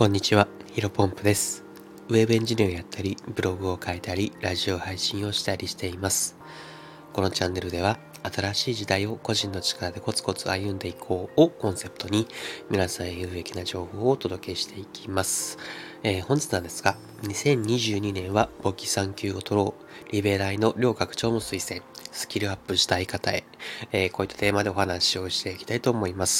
こんにちは、ヒロポンプです。ウェブエンジニアをやったり、ブログを書いたり、ラジオ配信をしたりしています。このチャンネルでは、新しい時代を個人の力でコツコツ歩んでいこうをコンセプトに、皆さんへ有益な情報をお届けしていきます。本日なんですが、2022年は簿記3級を取ろう、リベライの両学長も推薦、スキルアップしたい方へ、こういったテーマでお話をしていきたいと思います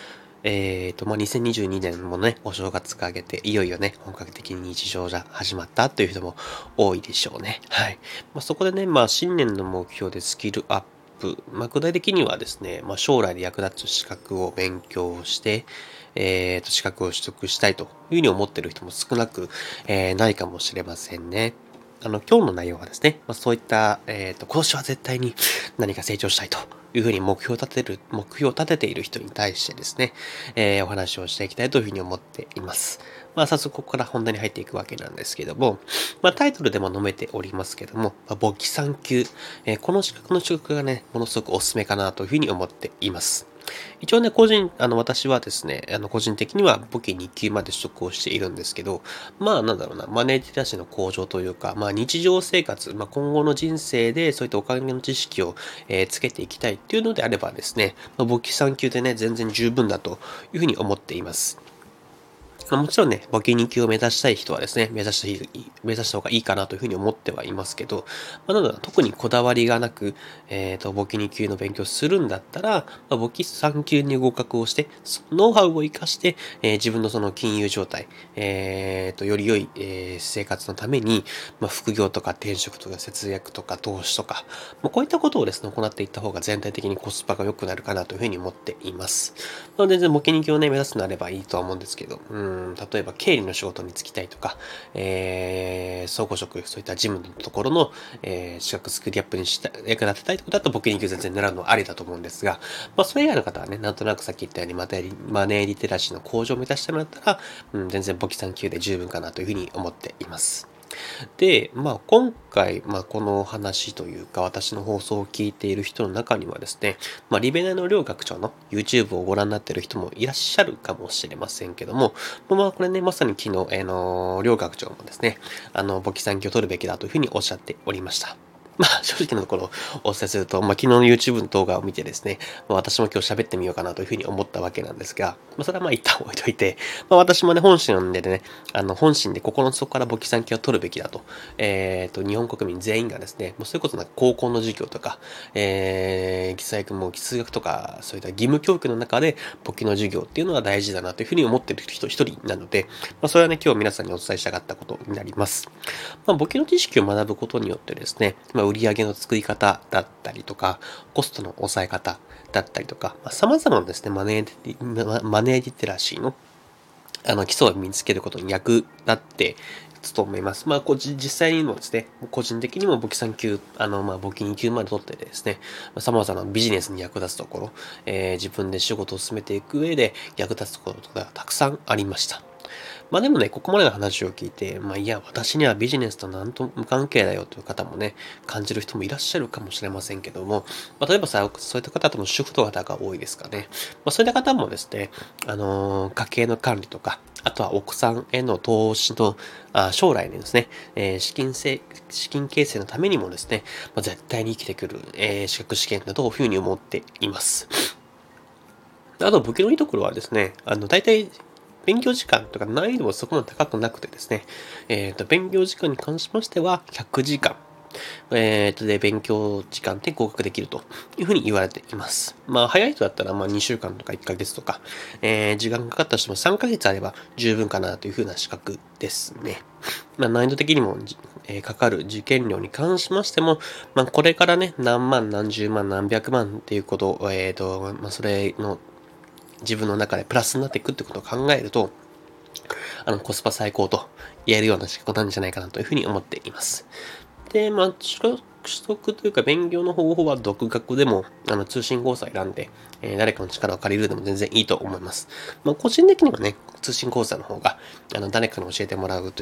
。2022年もね、お正月が明けて、いよいよね、本格的に日常が始まったという人も多いでしょうね。はい。そこでね、新年の目標でスキルアップ。具体的にはですね、将来で役立つ資格を勉強して、資格を取得したいというふうに思っている人も少なく、ないかもしれませんね。今日の内容はですね、そういった、今年は絶対に何か成長したいというふうに目標を立てている人に対してですね、お話をしていきたいというふうに思っています。早速ここから本題に入っていくわけなんですけども、タイトルでも述べておりますけども、簿記3級、この資格の取得がね、ものすごくおすすめかなというふうに思っています。一応ね、私はですね、個人的には簿記2級まで取得をしているんですけど、マネーリテラシーの向上というか、日常生活、今後の人生でそういったお金の知識を、つけていきたいっていうのであればですね、簿記3級でね、全然十分だというふうに思っています。もちろんね、簿記2級を目指したい人はですね、目指した方がいいかなというふうに思ってはいますけど、特にこだわりがなく、簿記2級の勉強するんだったら、簿記3級に合格をして、そのノウハウを活かして、自分のその金融状態、より良い、生活のために、副業とか転職とか節約とか投資とか、こういったことをですね、行っていった方が全体的にコスパが良くなるかなというふうに思っています。全然簿記2級をね、目指すのであればいいとは思うんですけど、例えば経理の仕事に就きたいとか、総合職、そういった事務のところの、資格スキルアップに役立てたいということだと簿記2級全然狙うのはありだと思うんですが、それ以外の方はね、なんとなくさっき言ったようにマネーリテラシーの向上を目指してもらったら、全然簿記3級で十分かなというふうに思っています。で、今回、この話というか、私の放送を聞いている人の中にはですね、リベナの両学長の YouTube をご覧になっている人もいらっしゃるかもしれませんけども、これね、まさに昨日、両学長もですね、簿記3級を取るべきだというふうにおっしゃっておりました。正直なところお伝えすると、昨日の YouTube の動画を見てですね、私も今日喋ってみようかなというふうに思ったわけなんですが、それは一旦置いといて、私もね、本心読んでね、本心で心の底から簿記3級を取るべきだと、日本国民全員がですね、そういうことなく高校の授業とか、最悪もう数学とか、そういった義務教育の中で簿記の授業っていうのは大事だなというふうに思っている人一人なので、それはね、今日皆さんにお伝えしたかったことになります。簿記の知識を学ぶことによってですね、売上の作り方だったりとか、コストの抑え方だったりとか、様々なですね、マネーリテラシーの基礎を身につけることに役立ってと思います。実際にもですね、個人的にも簿記3級、簿記2級まで取ってですね、様々なビジネスに役立つところ、自分で仕事を進めていく上で役立つところとかがたくさんありました。でもね、ここまでの話を聞いて、いや、私にはビジネスと何と無関係だよという方もね、感じる人もいらっしゃるかもしれませんけども、例えばそういった方とも主婦の方が多いですかね。そういった方もですね、家計の管理とか、あとは奥さんへの投資の、将来にですね、資金形成のためにもですね、絶対に生きてくる、資格試験だというふうに思っています。あと、簿記のいいところはですね、大体、勉強時間とか難易度はそこまで高くなくてですね、勉強時間に関しましては100時間。で、勉強時間で合格できるというふうに言われています。早い人だったら2週間とか1ヶ月とか、時間がかかったとしても3ヶ月あれば十分かなというふうな資格ですね。難易度的にも、かかる受験料に関しましても、これからね、何万、何十万、何百万っていうことを、それの自分の中でプラスになっていくってことを考えると、コスパ最高と言えるような資格なんじゃないかなというふうに思っています。で、取得というか勉強の方法は独学でも、通信講座を選んで、誰かの力を借りるでも全然いいと思います。個人的にはね、通信講座の方が、誰かに教えてもらうというか、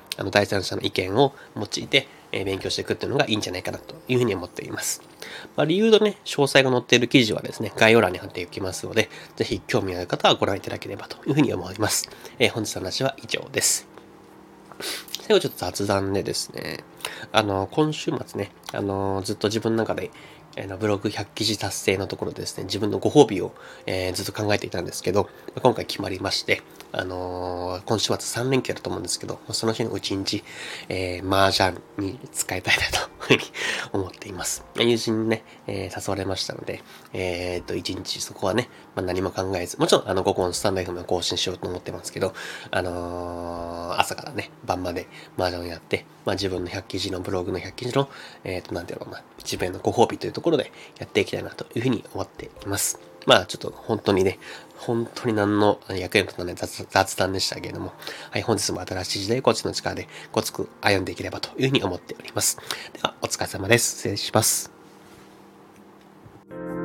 第三者の意見を用いて、勉強していくっていうのがいいんじゃないかなというふうに思っています。理由のね、詳細が載っている記事はですね、概要欄に貼っておきますので、ぜひ興味ある方はご覧いただければというふうに思います。本日の話は以上です。最後ちょっと雑談でですね、今週末ね、ずっと自分の中で、ブログ100記事達成のところでですね、自分のご褒美を、ずっと考えていたんですけど、今回決まりまして、今週末3連休だと思うんですけど、その日のうち1日、麻雀に使いたいなというふうに思っています。友人にね、誘われましたので、1日そこはね、何も考えず、もちろん、午後のスタンド FM を更新しようと思ってますけど、朝からね、晩まで麻雀をやって、自分の100記事のブログの100記事の、なんていうのかな、自分へのご褒美というところでやっていきたいなというふうに思っています。ちょっと本当に何の役に立たない雑談でしたけれども、はい、本日も新しい時代をこっちの力でコツコツ歩んでいければというふうに思っております。では、お疲れ様です。失礼します。